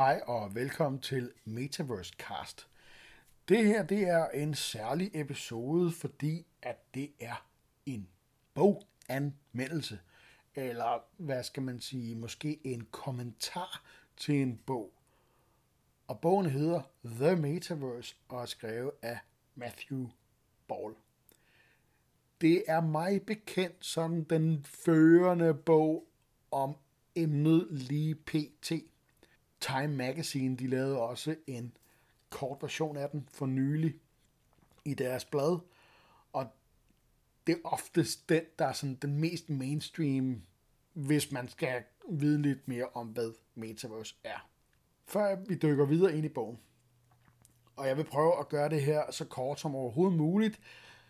Hej og velkommen til Metaverse Cast. Det her det er en særlig episode, fordi at det er en boganmeldelse. Eller hvad skal man sige, måske en kommentar til en bog. Og bogen hedder The Metaverse og er skrevet af Matthew Ball. Det er mig bekendt som den førende bog om emnet lige pt. Time Magazine, de lavede også en kort version af den for nylig i deres blad, og det er oftest den, der er sådan den mest mainstream, hvis man skal vide lidt mere om, hvad Metaverse er. Før vi dykker videre ind i bogen, og jeg vil prøve at gøre det her så kort som overhovedet muligt.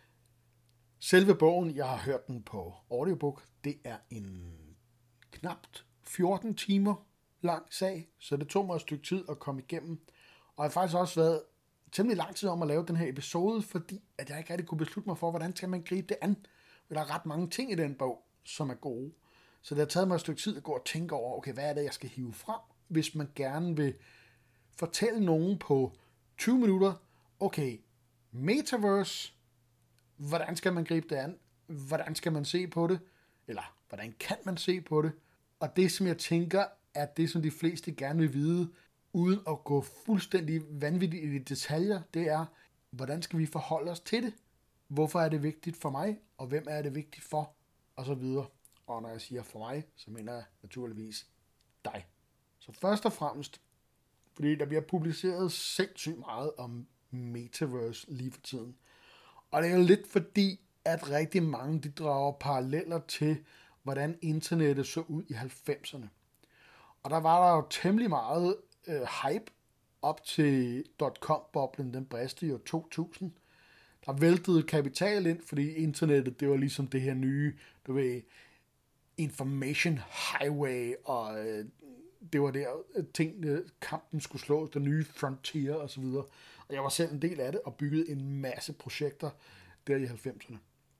Selve bogen, jeg har hørt den på audiobook, det er en knapt 14 timer lang sag, så det tog mig et stykke tid at komme igennem. Og jeg har faktisk også været temmelig lang tid om at lave den her episode, fordi at jeg ikke rigtig kunne beslutte mig for, hvordan skal man gribe det an. Og der er ret mange ting i den bog, som er gode. Så det har taget mig et stykke tid at gå og tænke over, okay, hvad er det, jeg skal hive frem, hvis man gerne vil fortælle nogen på 20 minutter, okay, Metaverse, hvordan skal man gribe det an? Hvordan skal man se på det? Eller hvordan kan man se på det? Og det, som jeg tænker, er det, som de fleste gerne vil vide, uden at gå fuldstændig vanvittigt i detaljer, det er, hvordan skal vi forholde os til det? Hvorfor er det vigtigt for mig? Og hvem er det vigtigt for? Og så videre. Og når jeg siger for mig, så mener jeg naturligvis dig. Så først og fremmest, fordi der bliver publiceret sindssygt meget om Metaverse lige for tiden. Og det er jo lidt fordi, at rigtig mange de drager paralleller til, hvordan internettet så ud i 90'erne. Og der var der jo temmelig meget hype op til .com-boblen, den briste i år 2000. Der væltede kapital ind, fordi internettet, det var ligesom det her nye, du ved, information highway, og det var der tingene, kampen skulle slås, den nye frontier og så videre. Og jeg var selv en del af det, og byggede en masse projekter der i 90'erne.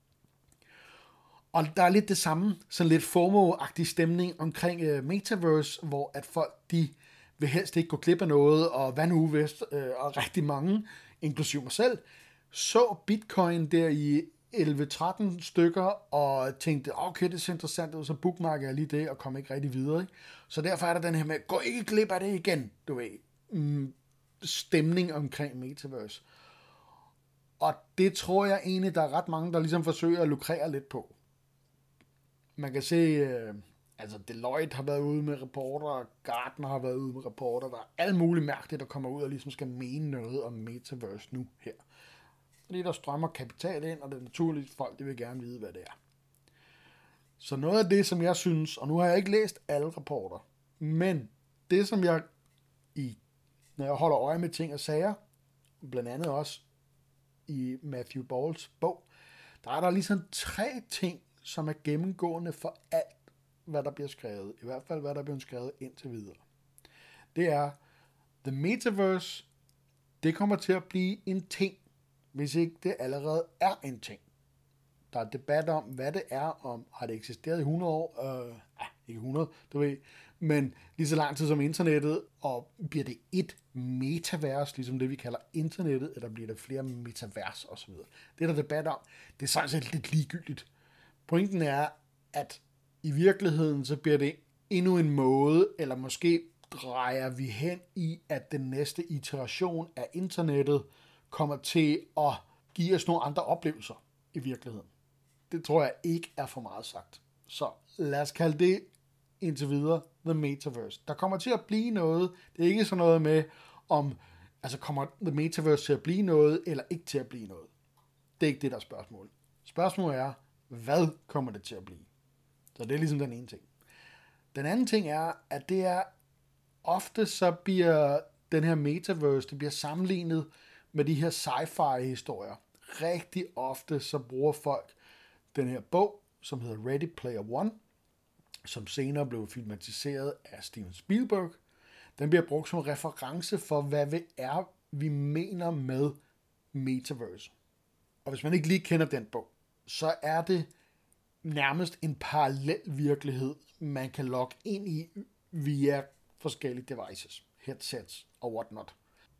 Og der er lidt det samme, sådan lidt FOMO-agtig stemning omkring Metaverse, hvor at folk, de vil helst ikke gå glip af noget, og hvad nu hvis, og rigtig mange, inklusive mig selv, så Bitcoin der i 11-13 stykker, og tænkte, okay, det er interessant ud, så bookmarker jeg lige det, og kom ikke rigtig videre. Ikke? Så derfor er der den her med, gå ikke glip af det igen, du ved, stemning omkring Metaverse. Og det tror jeg egentlig, der er ret mange, der ligesom forsøger at lukrere lidt på. Man kan se, altså Deloitte har været ude med rapporter, Gartner har været ude med rapporter, der er alt muligt mærkeligt, der kommer ud og ligesom skal mene noget om Metaverse nu her. Fordi der strømmer kapital ind, og det er naturligt, folk de vil gerne vide, hvad det er. Så noget af det, som jeg synes, og nu har jeg ikke læst alle rapporter, men det, som jeg, når jeg holder øje med ting og sager, blandt andet også i Matthew Balls bog, der er der ligesom 3 ting, som er gennemgående for alt, hvad der bliver skrevet. I hvert fald, hvad der bliver skrevet indtil videre. Det er, The Metaverse, det kommer til at blive en ting, hvis ikke det allerede er en ting. Der er debat om, hvad det er, om har det eksisteret i 100 år, ikke 100, du ved, men lige så lang tid som internettet, og bliver det et metavers, ligesom det vi kalder internettet, eller bliver der flere metavers osv. Det er der debat om. Det er sådan set lidt ligegyldigt. Pointen er, at i virkeligheden, så bliver det endnu en måde, eller måske drejer vi hen i, at den næste iteration af internettet kommer til at give os nogle andre oplevelser i virkeligheden. Det tror jeg ikke er for meget sagt. Så lad os kalde det indtil videre The Metaverse. Der kommer til at blive noget. Det er ikke sådan noget med, om altså kommer The Metaverse til at blive noget, eller ikke til at blive noget. Det er ikke det, der er spørgsmålet. Spørgsmålet er, hvad kommer det til at blive? Så det er ligesom den ene ting. Den anden ting er, at det er ofte så bliver den her Metaverse, det bliver sammenlignet med de her sci-fi historier. Rigtig ofte så bruger folk den her bog, som hedder Ready Player One, som senere blev filmatiseret af Steven Spielberg. Den bliver brugt som reference for, hvad det er, vi mener med Metaverse. Og hvis man ikke lige kender den bog, så er det nærmest en parallel virkelighed, man kan logge ind i via forskellige devices. headsets og whatnot.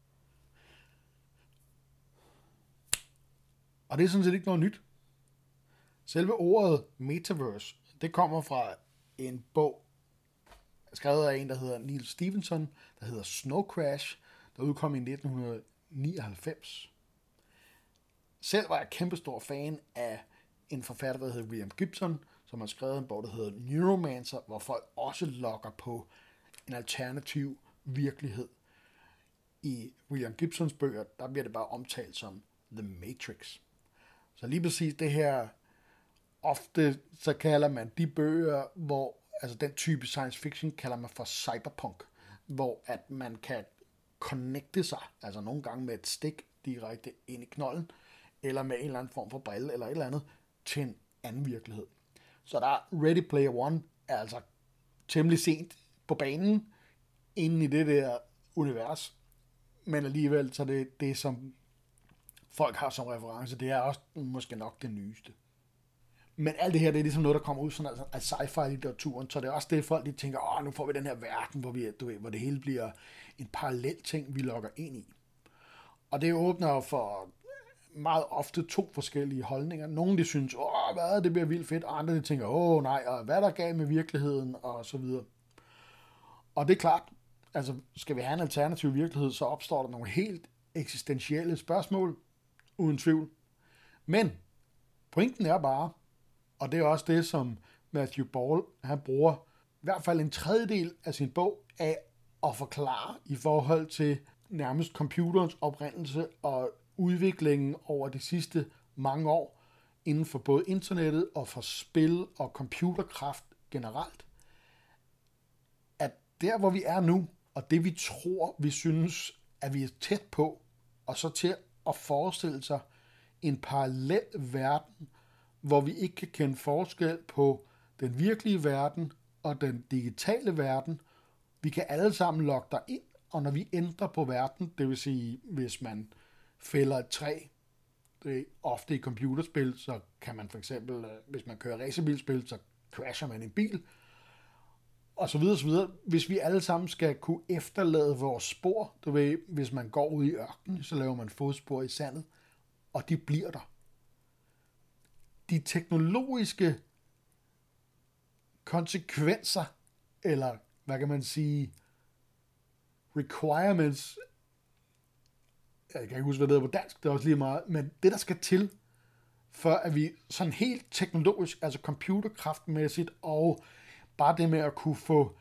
Og det er sådan set ikke noget nyt. Selve ordet metaverse, det kommer fra en bog, skrevet af en, der hedder Neil Stephenson, der hedder Snow Crash, der udkom i 1999. Selv var jeg kæmpestor fan af en forfatter, der hedder William Gibson, som har skrevet en bog, der hedder Neuromancer, hvor folk også logger på en alternativ virkelighed. I William Gibsons bøger, der bliver det bare omtalt som The Matrix. Så lige præcis det her, ofte så kalder man de bøger, hvor, altså den type science fiction, kalder man for cyberpunk, hvor at man kan connecte sig, altså nogle gange med et stik direkte ind i knolden, eller med en eller anden form for brille, eller et eller andet, til en anden virkelighed. Så der er Ready Player One, er altså temmelig sent på banen, inden i det der univers, men alligevel, så det som folk har som reference, det er også måske nok det nyeste. Men alt det her, det er ligesom noget, der kommer ud sådan af sci-fi-litteraturen, så det er også det, folk de tænker, nu får vi den her verden, hvor det hele bliver en parallel ting, vi logger ind i. Og det åbner for meget ofte to forskellige holdninger. Nogle de synes, det bliver vildt fedt, og andre de tænker, nej, og hvad er der galt med virkeligheden, og så videre. Og det er klart, altså skal vi have en alternativ virkelighed, så opstår der nogle helt eksistentielle spørgsmål, uden tvivl. Men pointen er bare, og det er også det, som Matthew Ball, han bruger i hvert fald en tredjedel af sin bog af at forklare i forhold til nærmest computerens oprindelse og udviklingen over de sidste mange år inden for både internettet og for spil og computerkraft generelt. At der, hvor vi er nu, og det vi tror, vi synes, at vi er tæt på, og så til at forestille sig en parallel verden, hvor vi ikke kan kende forskel på den virkelige verden og den digitale verden. Vi kan alle sammen logge dig ind, og når vi ændrer på verden, det vil sige, hvis man fælder et træ, det er ofte i computerspil, så kan man for eksempel, hvis man kører racerbilspil, så crasher man en bil, og så videre, så videre. Hvis vi alle sammen skal kunne efterlade vores spor, du ved, hvis man går ud i ørkenen, så laver man fodspor i sandet, og de bliver der. De teknologiske konsekvenser, eller hvad kan man sige, requirements, jeg kan ikke huske, hvad det hedder på dansk, det er også lige meget, men det, der skal til, for at vi sådan helt teknologisk, altså computerkraftmæssigt, og bare det med at kunne få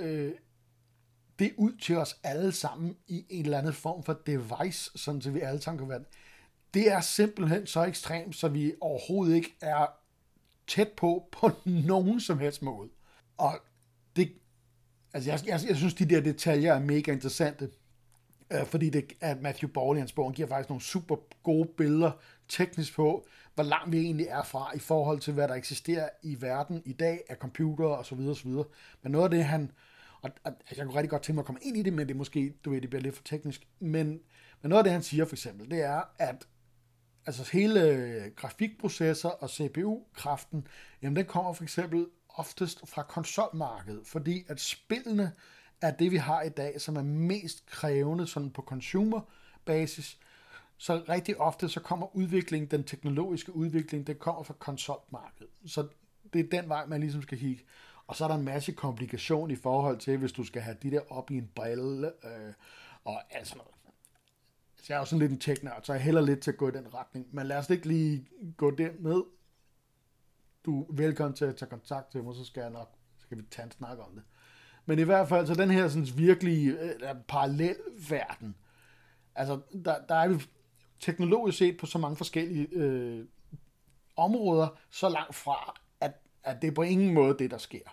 det ud til os alle sammen i en eller anden form for device, sådan så vi alle sammen kan være det er simpelthen så ekstremt, så vi overhovedet ikke er tæt på nogen som helst måde. Og det, altså jeg synes, de der detaljer er mega interessante, fordi det, at Matthew Ball i hans bog giver faktisk nogle super gode billeder teknisk på, hvor langt vi egentlig er fra i forhold til, hvad der eksisterer i verden i dag af computere og så videre, så videre. Men noget af det, og jeg kunne rigtig godt tænke mig at komme ind i det, men det er måske, det bliver lidt for teknisk, men noget af det, han siger for eksempel, det er, at altså hele grafikprocessor og CPU-kraften, jamen den kommer for eksempel oftest fra konsolmarkedet, fordi at spillene er det, vi har i dag, som er mest krævende sådan på consumer-basis. Så rigtig ofte, så kommer den teknologiske udvikling, det kommer fra konsolmarkedet. Så det er den vej, man ligesom skal kigge. Og så er der en masse komplikation i forhold til, hvis du skal have de der op i en brille, og alt sådan noget. Så jeg er jo sådan lidt en tech-nørd, så jeg hælder lidt til at gå i den retning. Men lad os ikke lige gå derned. Du er velkommen til at tage kontakt til mig, så skal vi tage en snak om det. Men i hvert fald, så den her sådan virkelig parallel verden. Altså, der er vi teknologisk set på så mange forskellige områder, så langt fra, at det er på ingen måde det, der sker.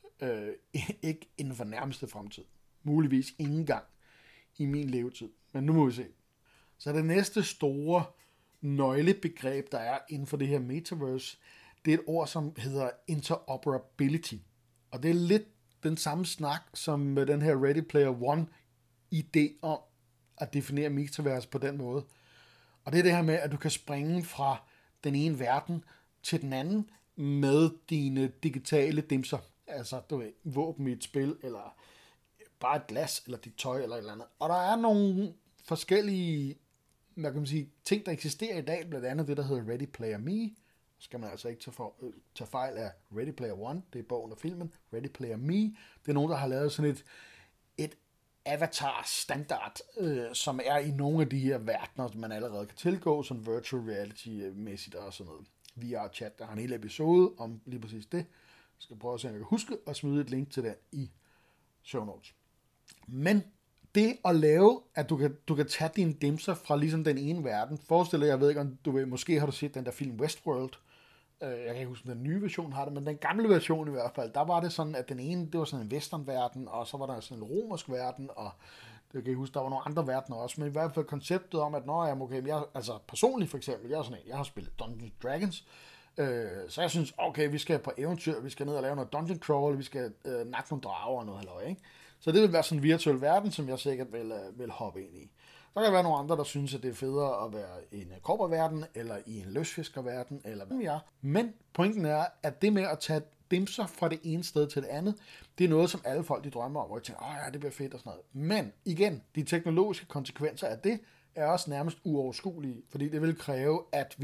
Ikke inden for nærmeste fremtid. Muligvis ingen gang i min levetid. Men nu må vi se. Så det næste store nøglebegreb, der er inden for det her metaverse, det er et ord, som hedder interoperability. Og det er lidt den samme snak, som med den her Ready Player One idé om at definere metaverse på den måde. Og det er det her med, at du kan springe fra den ene verden til den anden med dine digitale dimser. Altså, du ved, våben i et spil, eller bare et glas, eller dit tøj, eller et eller andet. Og der er nogle forskellige, hvad kan man sige, ting, der eksisterer i dag, blandt andet det, der hedder Ready Player Me. Skal man altså ikke tage fejl af Ready Player One, det er bogen og filmen. Ready Player Me, det er nogen, der har lavet sådan et avatar-standard, som er i nogle af de her verdener, som man allerede kan tilgå, som virtual reality-mæssigt og sådan noget. VR-chat, der har en hel episode om lige præcis det. Jeg skal prøve at se, om jeg kan huske at smide et link til den i show notes. Men det at lave, at du kan tage dine dimser fra ligesom den ene verden. Forestil dig, jeg ved ikke, om du ved, måske har du set den der film Westworld. Jeg kan ikke huske, om den nye version har det, men den gamle version i hvert fald, der var det sådan, at den ene, det var sådan en westernverden, og så var der sådan en romersk verden, og det kan jeg huske, der var nogle andre verdener også, men i hvert fald konceptet om, at altså personligt for eksempel, jeg har spillet Dungeons Dragons, så jeg synes, okay, vi skal på eventyr, vi skal ned og lave noget dungeon crawl, vi skal nakke nogle drager og noget halløj, ikke? Så det vil være sådan en virtuel verden, som jeg sikkert vil hoppe ind i. Der kan være nogle andre, der synes, at det er federe at være i en korporverden, eller i en løsfiskerverden, eller hvad vi er. Men pointen er, at det med at tage dimser fra det ene sted til det andet, det er noget, som alle folk de drømmer om, og jeg tænker, ja, det bliver fedt og sådan noget. Men igen, de teknologiske konsekvenser af det, er også nærmest uoverskuelige, fordi det vil kræve, at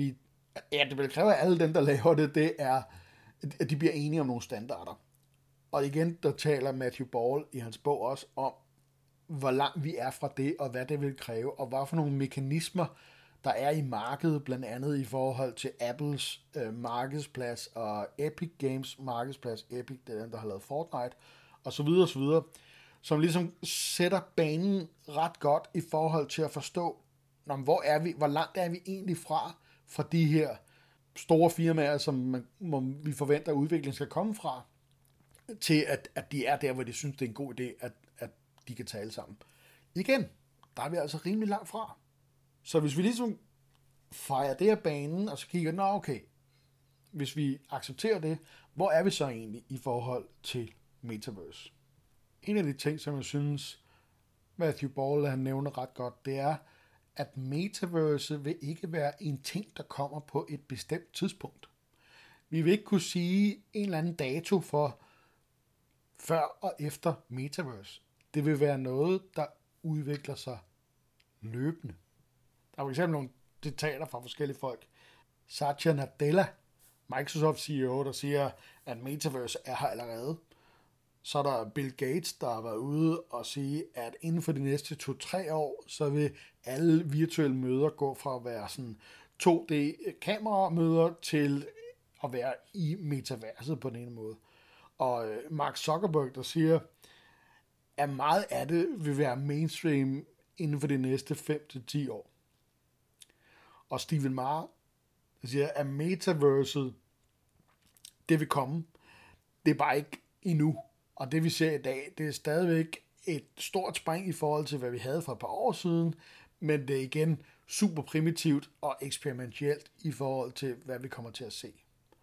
alle dem, der laver det er, at de bliver enige om nogle standarder. Og igen, der taler Matthew Ball i hans bog også om, hvor langt vi er fra det, og hvad det vil kræve, og hvad for nogle mekanismer, der er i markedet, blandt andet i forhold til Apples markedsplads, og Epic Games markedsplads, Epic, det er den, der har lavet Fortnite, og så videre, som ligesom sætter banen ret godt i forhold til at forstå, hvor langt er vi egentlig fra de her store firmaer, som vi forventer, at udviklingen skal komme fra, til at de er der, hvor de synes, det er en god idé, at de kan tale sammen. Igen, der er vi altså rimelig langt fra. Så hvis vi ligesom fejrer det her banen, og så kigger, okay, hvis vi accepterer det, hvor er vi så egentlig i forhold til Metaverse? En af de ting, som jeg synes, Matthew Ball han nævner ret godt, det er, at Metaverse vil ikke være en ting, der kommer på et bestemt tidspunkt. Vi vil ikke kunne sige en eller anden dato for før og efter Metaverse. Det vil være noget, der udvikler sig løbende. Der er for eksempel nogle citater fra forskellige folk. Satya Nadella, Microsoft CEO, der siger, at Metaverse er her allerede. Så er der Bill Gates, der har været ude og sige, at inden for de næste 2-3 år, så vil alle virtuelle møder gå fra at være sådan 2D-kameramøder til at være i metaverset på den ene måde. Og Mark Zuckerberg, der siger, at meget af det vil være mainstream inden for de næste 5-10 år. Og Stephen Marr, der siger, at metaverset, det vil komme. Det er bare ikke endnu. Og det vi ser i dag, det er stadigvæk et stort spring i forhold til, hvad vi havde for et par år siden, men det er igen super primitivt og eksperimentelt i forhold til, hvad vi kommer til at se.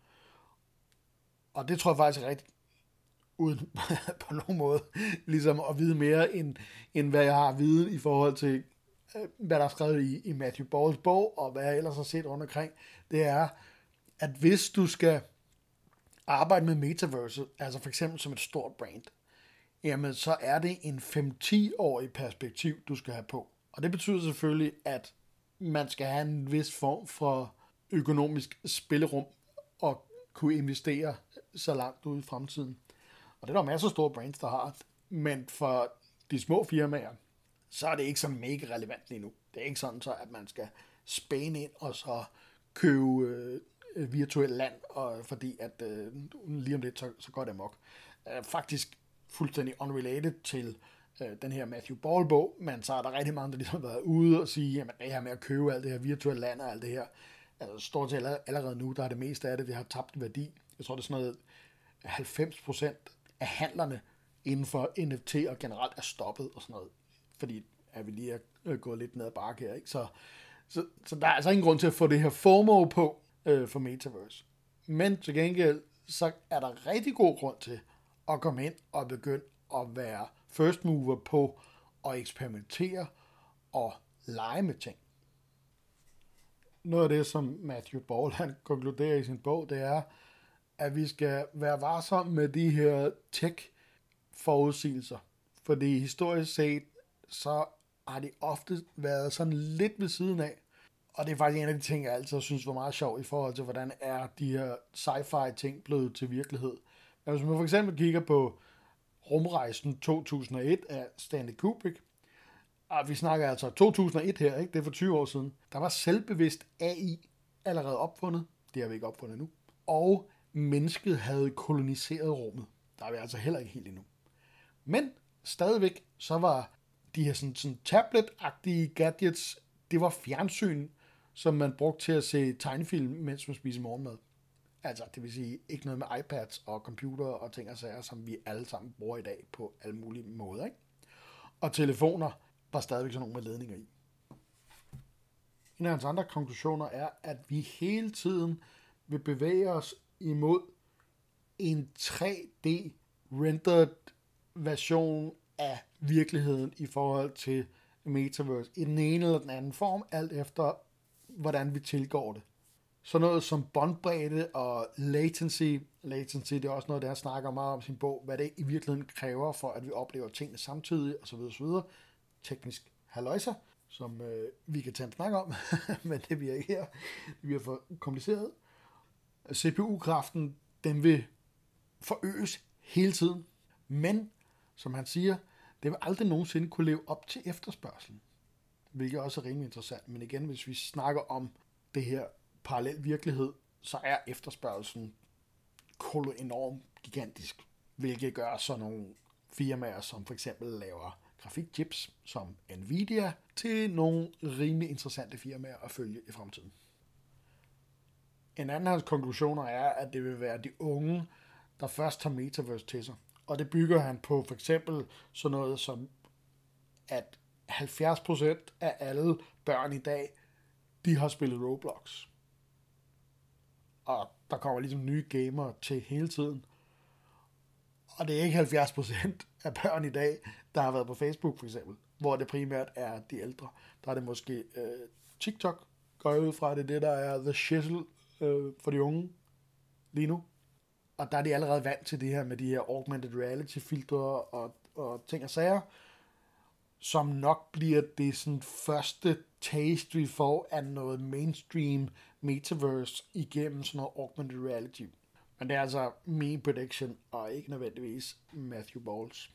Og det tror jeg faktisk er rigtigt, uden på nogen måde ligesom at vide mere, end hvad jeg har at vide i forhold til, hvad der er skrevet i Matthew Balls bog, og hvad jeg ellers har set rundt omkring, det er, at hvis du skal arbejde med metaverse, altså for eksempel som et stort brand, jamen så er det en 5-10-årig perspektiv, du skal have på. Og det betyder selvfølgelig, at man skal have en vis form for økonomisk spillerum og kunne investere så langt ud i fremtiden. Og det er der masser af store brands, der har. Men for de små firmaer, så er det ikke så mega relevant lige nu. Det er ikke sådan så, at man skal spæne ind og så købe virtuelt land, og fordi at lige om lidt, så går det amok. Faktisk fuldstændig unrelated til den her Matthew Ball-bog, men så er der rigtig mange, der ligesom har været ude og sige, jamen det her med at købe alt det her virtuelle land og alt det her, altså stort set allerede nu, der er det meste af det, det har tabt værdi. Jeg tror, det er sådan noget 90% af handlerne inden for NFT og generelt er stoppet og sådan noget, fordi at vi lige er gået lidt ned ad bakke her, ikke? Så der er altså ingen grund til at få det her FOMO på for Metaverse. Men til gengæld, så er der rigtig god grund til at komme ind og begynde at være first mover på at eksperimentere og lege med ting. Noget af det, som Matthew Ball han konkluderer i sin bog, det er, at vi skal være varsomme med de her tech-forudsigelser. Fordi historisk set, så har de ofte været sådan lidt ved siden af. Og det er faktisk en af de ting, jeg altid synes var meget sjov i forhold til, hvordan er de her sci-fi ting blevet til virkelighed. Men hvis man for eksempel kigger på Rumrejsen 2001 af Stanley Kubrick, og vi snakker altså 2001 her, ikke? Det er for 20 år siden, der var selvbevidst AI allerede opfundet. Det har vi ikke opfundet nu. Og mennesket havde koloniseret rummet. Der er vi altså heller ikke helt endnu. Men stadigvæk, så var de her sådan tablet-agtige gadgets, det var fjernsyn, som man brugte til at se tegnefilm, mens man spiser morgenmad. Altså, det vil sige, ikke noget med iPads og computer og ting og sager, som vi alle sammen bruger i dag på alle mulige måder, ikke? Og telefoner var stadigvæk sådan nogle med ledninger i. En af hans andre konklusioner er, at vi hele tiden vil bevæge os imod en 3D-rendered version af virkeligheden i forhold til metaverse i den ene eller den anden form, alt efter hvordan vi tilgår det. Så noget som båndbredde og latency, det er også noget, der snakker meget om sin bog, hvad det i virkeligheden kræver for, at vi oplever tingene samtidig, osv. Teknisk halløjser, som vi kan tage en snak om, men det bliver ikke her. Det bliver for kompliceret. CPU-kraften, den vil forøges hele tiden, men, som han siger, det vil aldrig nogensinde kunne leve op til efterspørgselen, hvilket også er rimelig interessant. Men igen, hvis vi snakker om det her parallel virkelighed, så er efterspørgselen enormt gigantisk, hvilket gør sådan nogle firmaer, som for eksempel laver grafikchips som Nvidia, til nogle rimelig interessante firmaer at følge i fremtiden. En anden af hans konklusioner er, at det vil være de unge, der først tager metaverse til sig. Og det bygger han på for eksempel sådan noget som, at 70% af alle børn i dag, de har spillet Roblox. Og der kommer ligesom nye gamere til hele tiden. Og det er ikke 70% af børn i dag, der har været på Facebook for eksempel, hvor det primært er de ældre. Der er det måske TikTok, går jeg ud fra, det der er the shizzle for de unge lige nu. Og der er de allerede vant til det her med de her augmented reality filtre og ting og sager, som nok bliver det sådan første taste, vi får af noget mainstream metaverse igennem sådan noget augmented reality. Men det er altså min prediction, og ikke nødvendigvis Matthew Balls.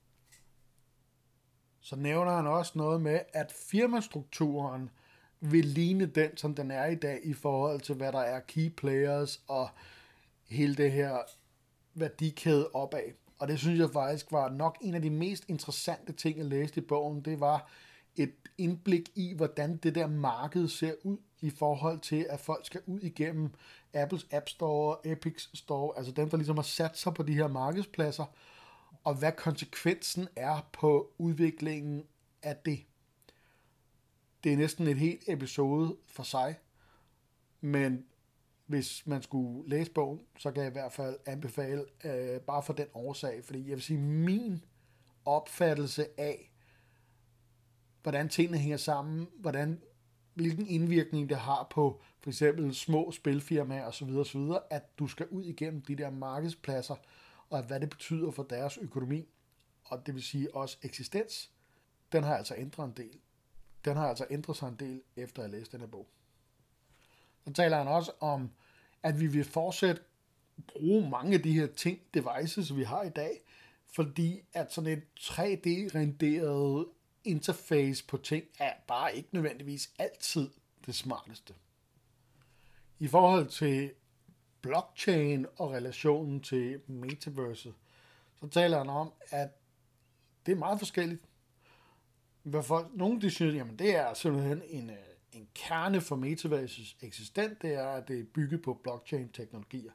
Så nævner han også noget med, at firmastrukturen vil ligne den, som den er i dag, i forhold til, hvad der er key players og hele det her værdikæde opad. Og det synes jeg faktisk var nok en af de mest interessante ting, jeg læste i bogen. Det var et indblik i, hvordan det der marked ser ud i forhold til, at folk skal ud igennem Apples App Store, Epic Store, altså dem, der ligesom har sat sig på de her markedspladser, og hvad konsekvensen er på udviklingen af det. Det er næsten et helt episode for sig, men hvis man skulle læse bogen, så kan jeg i hvert fald anbefale, bare for den årsag, fordi jeg vil sige, min opfattelse af, hvordan tingene hænger sammen, hvilken indvirkning det har på for eksempel små spilfirmaer osv., at du skal ud igennem de der markedspladser, og hvad det betyder for deres økonomi, og det vil sige også eksistens, den har altså ændret en del. Den har altså ændret sig en del, efter at jeg læste den her bog. Så taler han også om, at vi vil fortsat bruge mange af de her devices, vi har i dag, fordi at sådan et 3D-renderet interface på ting er bare ikke nødvendigvis altid det smarteste. I forhold til blockchain og relationen til metaverset, så taler han om, at det er meget forskelligt. Nogle de synes, jamen det er simpelthen en kerne for metaversets eksistens, det er, at det er bygget på blockchain-teknologier.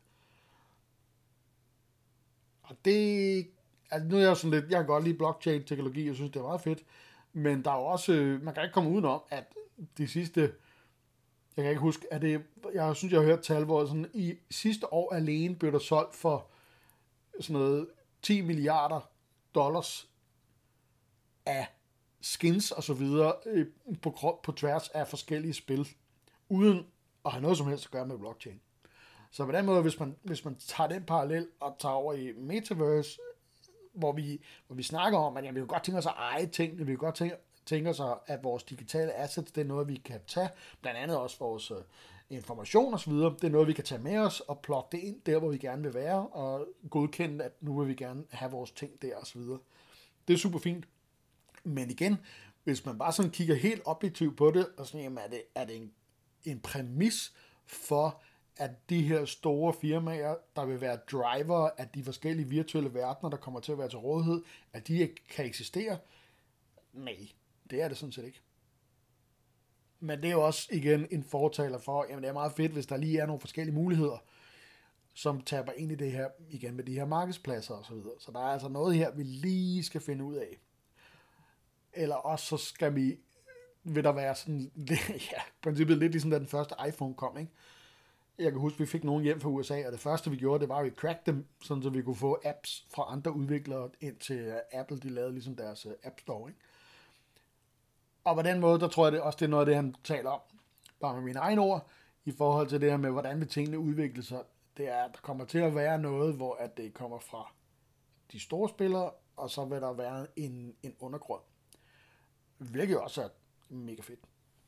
Og det, altså nu er jeg sådan lidt, jeg kan godt lide blockchain-teknologi, jeg synes, det er meget fedt, men der er også, man kan ikke komme udenom, at de sidste, jeg kan ikke huske, at det, jeg synes, jeg har hørt tal, hvor sådan, i sidste år alene blev der solgt for sådan noget 10 milliarder dollars af skins og så videre på tværs af forskellige spil, uden at have noget som helst at gøre med blockchain. Så på den måde, hvis man tager den parallel og tager over i metaverse, hvor vi snakker om, at jamen, vi kan godt tænke os at eje ting, vi kan godt tænke os, at vores digitale assets, det er noget, vi kan tage, blandt andet også vores information og så videre, det er noget, vi kan tage med os og plukke det ind der, hvor vi gerne vil være, og godkende, at nu vil vi gerne have vores ting der og så videre. Det er super fint. Men igen, hvis man bare sådan kigger helt objektivt på det, og sådan, jamen, er det en præmis for, at de her store firmaer, der vil være driver af de forskellige virtuelle verdener, der kommer til at være til rådighed, at de ikke kan eksistere? Nej, det er det sådan set ikke. Men det er jo også igen en fortaler for, jamen det er meget fedt, hvis der lige er nogle forskellige muligheder, som taber ind i det her, igen med de her markedspladser og så videre. Så der er altså noget her, vi lige skal finde ud af. Eller også så skal vil der være sådan, ja, princippet lidt ligesom da den første iPhone kom, ikke? Jeg kan huske, vi fik nogen hjem fra USA, og det første vi gjorde, det var, at vi crackede dem, sådan så vi kunne få apps fra andre udviklere ind til Apple, de lavede ligesom deres App Store, ikke? Og på den måde, der tror jeg det også, det er noget af det, han taler om, bare med mine egne ord, i forhold til det her med, hvordan vil tingene udvikle sig. Det er, at der kommer til at være noget, hvor at det kommer fra de store spillere, og så vil der være en undergrund. Hvilket også er mega fedt.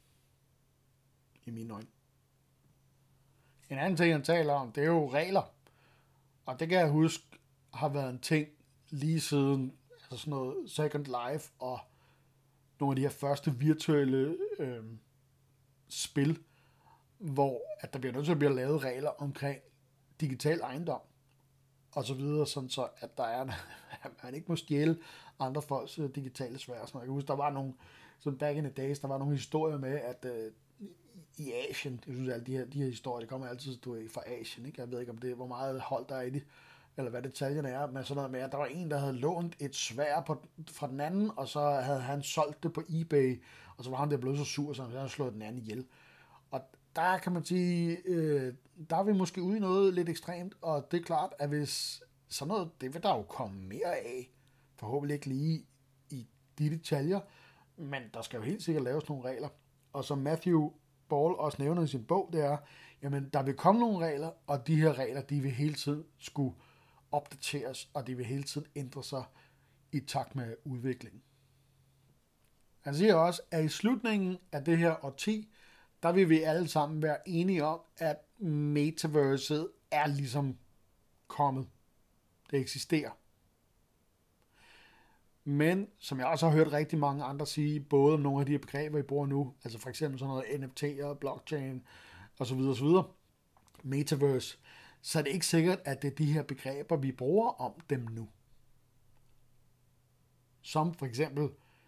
I mine øjne. En anden ting, han taler om, det er jo regler. Og det kan jeg huske, har været en ting lige siden altså sådan noget Second Life og nogle af de her første virtuelle spil, hvor at der bliver nødt til at blive lavet regler omkring digital ejendom og så videre, sådan så at der er, at man ikke må stjæle andre folks digitale sfære. Jeg kan huske, der var nogle, sådan back in the days, der var nogle historier med, at i Asien, jeg synes at de her historier, det kommer altid fra Asien, ikke? Jeg ved ikke, om det hvor meget hold der er i det, eller hvad detaljerne er, men sådan noget med, at der var en, der havde lånt et sværd fra den anden, og så havde han solgt det på eBay, og så var han der blevet så sur, så han havde slået den anden ihjel. Og der kan man sige, der er vi måske ude i noget lidt ekstremt, og det er klart, at hvis sådan noget, det vil der jo komme mere af, forhåbentlig ikke lige i de detaljer, men der skal jo helt sikkert laves nogle regler. Og som Matthew Ball også nævner i sin bog, det er, jamen der vil komme nogle regler, og de her regler, de vil hele tiden skulle opdateres, og de vil hele tiden ændre sig i takt med udviklingen. Han siger også, at i slutningen af det her årti, der vil vi alle sammen være enige om, at metaverset er ligesom kommet. Det eksisterer. Men, som jeg også har hørt rigtig mange andre sige, både om nogle af de her begreber, I bruger nu, altså for eksempel sådan noget NFT'er, blockchain osv., metaverse, så er det ikke sikkert, at det er de her begreber, vi bruger om dem nu. Som for eksempel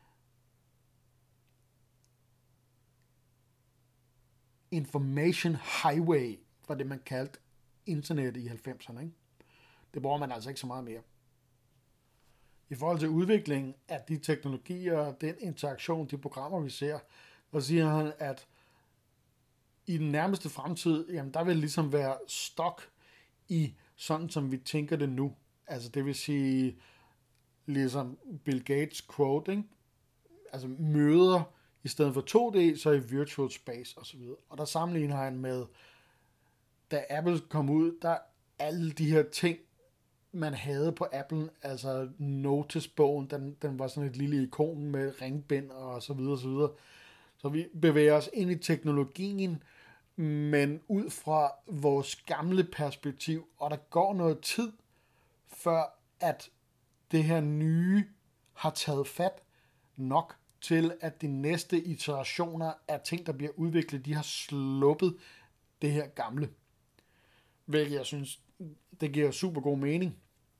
Information Highway, var det man kaldte internet i 90'erne. Ikke? Det bruger man altså ikke så meget mere. I forhold til udviklingen af de teknologier, den interaktion, de programmer, vi ser, så siger han, at i den nærmeste fremtid, jamen der vil ligesom være stok i sådan, som vi tænker det nu. Altså det vil sige, ligesom Bill Gates quote, ikke? Altså møder i stedet for 2D, så i virtual space osv. Og der sammenligner han med, da Apple kom ud, der alle de her ting, man havde på Apple, altså Notice-bogen, den var sådan et lille ikon med ringbind og så videre, så videre. Så vi bevæger os ind i teknologien, men ud fra vores gamle perspektiv, og der går noget tid, før at det her nye har taget fat nok til, at de næste iterationer af ting, der bliver udviklet, de har sluppet det her gamle. Hvilket jeg synes, det giver super god mening.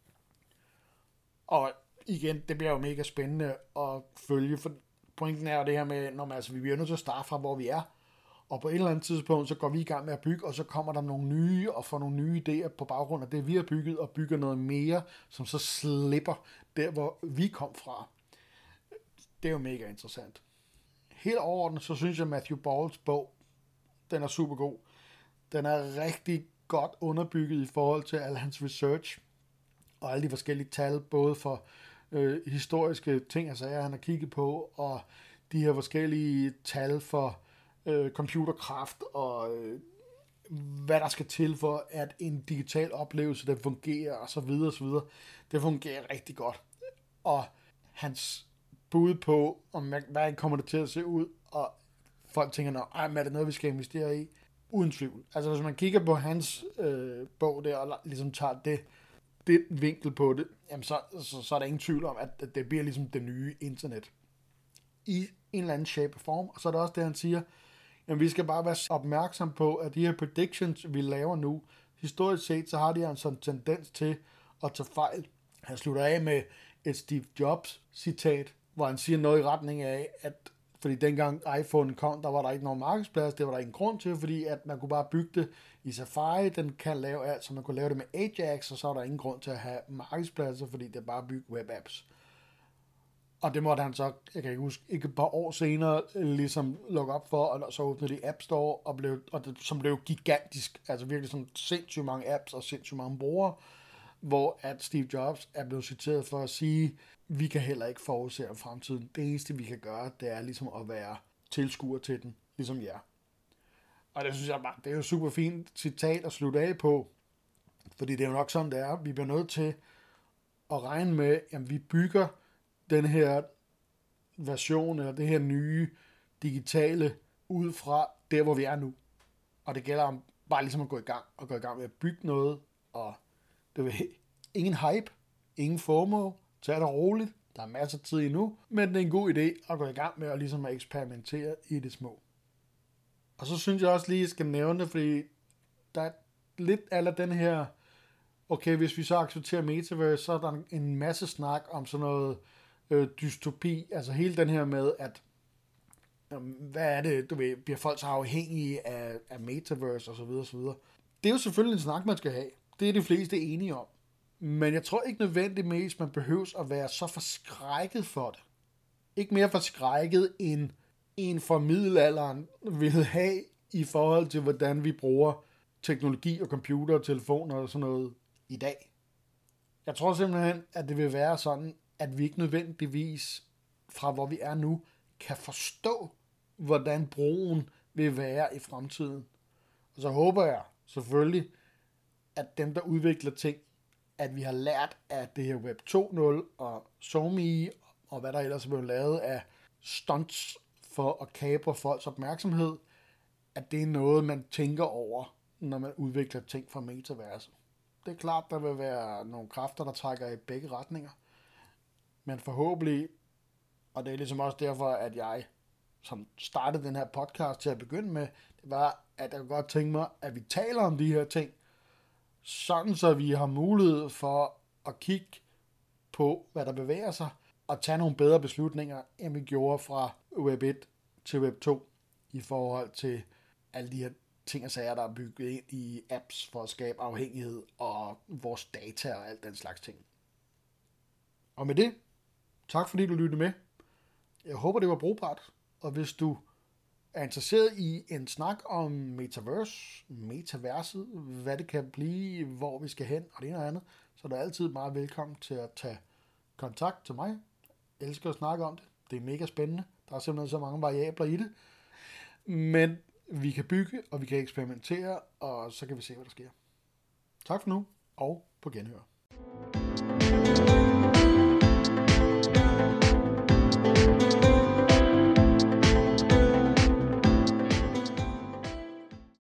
Og igen, det bliver jo mega spændende at følge, for pointen er jo det her med, når man, altså, vi bliver nødt til at starte fra, hvor vi er, og på et eller andet tidspunkt, så går vi i gang med at bygge, og så kommer der nogle nye, og får nogle nye idéer på baggrund af det, vi har bygget, og bygger noget mere, som så slipper der, hvor vi kom fra. Det er jo mega interessant. Helt overordnet, så synes jeg, Matthew Balls bog, den er super god. Den er rigtig godt underbygget i forhold til al hans research, og alle de forskellige tal, både for historiske ting og sager, han har kigget på, og de her forskellige tal for computerkraft og hvad der skal til for, at en digital oplevelse, der fungerer, og så videre, og så videre. Det fungerer rigtig godt. Og hans bud på, hvad kommer det til at se ud, og folk tænker, er det noget, vi skal investere i? Uden tvivl. Altså, hvis man kigger på hans bog der, og ligesom tager det vinkel på det, jamen så er der ingen tvivl om, at det bliver ligesom det nye internet. I en eller anden shape og form. Og så er det også det, han siger, jamen vi skal bare være opmærksom på, at de her predictions, vi laver nu, historisk set, så har de en sådan tendens til at tage fejl. Han slutter af med et Steve Jobs citat, hvor han siger noget i retning af, at fordi dengang iPhone kom, der var der ikke nogen markedsplads, det var der ingen grund til, fordi at man kunne bare bygge det i Safari, den kan lave alt, så man kunne lave det med Ajax, og så er der ingen grund til at have markedspladser, fordi det er bare at bygge webapps. Og det måtte han så, jeg kan ikke huske, ikke et par år senere ligesom lukke op for, og så åbnede de App Store, som blev gigantisk, altså virkelig sådan sindssygt mange apps og sindssygt mange brugere, hvor at Steve Jobs er blevet citeret for at sige, vi kan heller ikke forudse om fremtiden. Det eneste, vi kan gøre, det er ligesom at være tilskuer til den, ligesom jer. Og det synes jeg bare, det er jo super fint citat at slutte af på, fordi det er jo nok sådan, det er. Vi bliver nødt til at regne med, at vi bygger den her version, eller det her nye digitale, ud fra der, hvor vi er nu. Og det gælder om bare ligesom at gå i gang med at bygge noget, og det vil ingen hype, ingen FOMO, tag det roligt, der er masser af tid endnu, men det er en god idé at gå i gang med at ligesom at eksperimentere i det små. Og så synes jeg også lige, at jeg skal nævne det, fordi der er lidt af den her, okay, hvis vi så accepterer Metaverse, så er der en masse snak om sådan noget dystopi, altså hele den her med, at hvad er det, bliver folk så afhængige af Metaverse og så videre, så videre. Det er jo selvfølgelig en snak, man skal have. Det er de fleste enige om. Men jeg tror ikke nødvendigvis, man behøves at være så forskrækket for det. Ikke mere forskrækket, end en fra middelalderen vil have i forhold til, hvordan vi bruger teknologi og computer og telefoner og sådan noget i dag. Jeg tror simpelthen, at det vil være sådan, at vi ikke nødvendigvis fra hvor vi er nu, kan forstå, hvordan brugen vil være i fremtiden. Og så håber jeg selvfølgelig, at dem, der udvikler ting, at vi har lært af det her Web 2.0 og SoMe, og hvad der ellers er blevet lavet af stunts for at kapre folks opmærksomhed, at det er noget, man tænker over, når man udvikler ting fra metaverset. Det er klart, der vil være nogle kræfter, der trækker i begge retninger, men forhåbentlig, og det er ligesom også derfor, at jeg som startede den her podcast til at begynde med, det var, at jeg godt tænke mig, at vi taler om de her ting, sådan så vi har mulighed for at kigge på, hvad der bevæger sig, og tage nogle bedre beslutninger, end vi gjorde fra Web 1 til Web 2, i forhold til alle de her ting og sager, der er bygget ind i apps for at skabe afhængighed, og vores data og alt den slags ting. Og med det, tak fordi du lyttede med. Jeg håber, det var brugbart, og hvis du er interesseret i en snak om metaverset, hvad det kan blive, hvor vi skal hen, og det ene og andet, så er du altid meget velkommen til at tage kontakt til mig. Jeg elsker at snakke om det. Det er mega spændende. Der er simpelthen så mange variabler i det. Men vi kan bygge, og vi kan eksperimentere, og så kan vi se, hvad der sker. Tak for nu, og på genhør.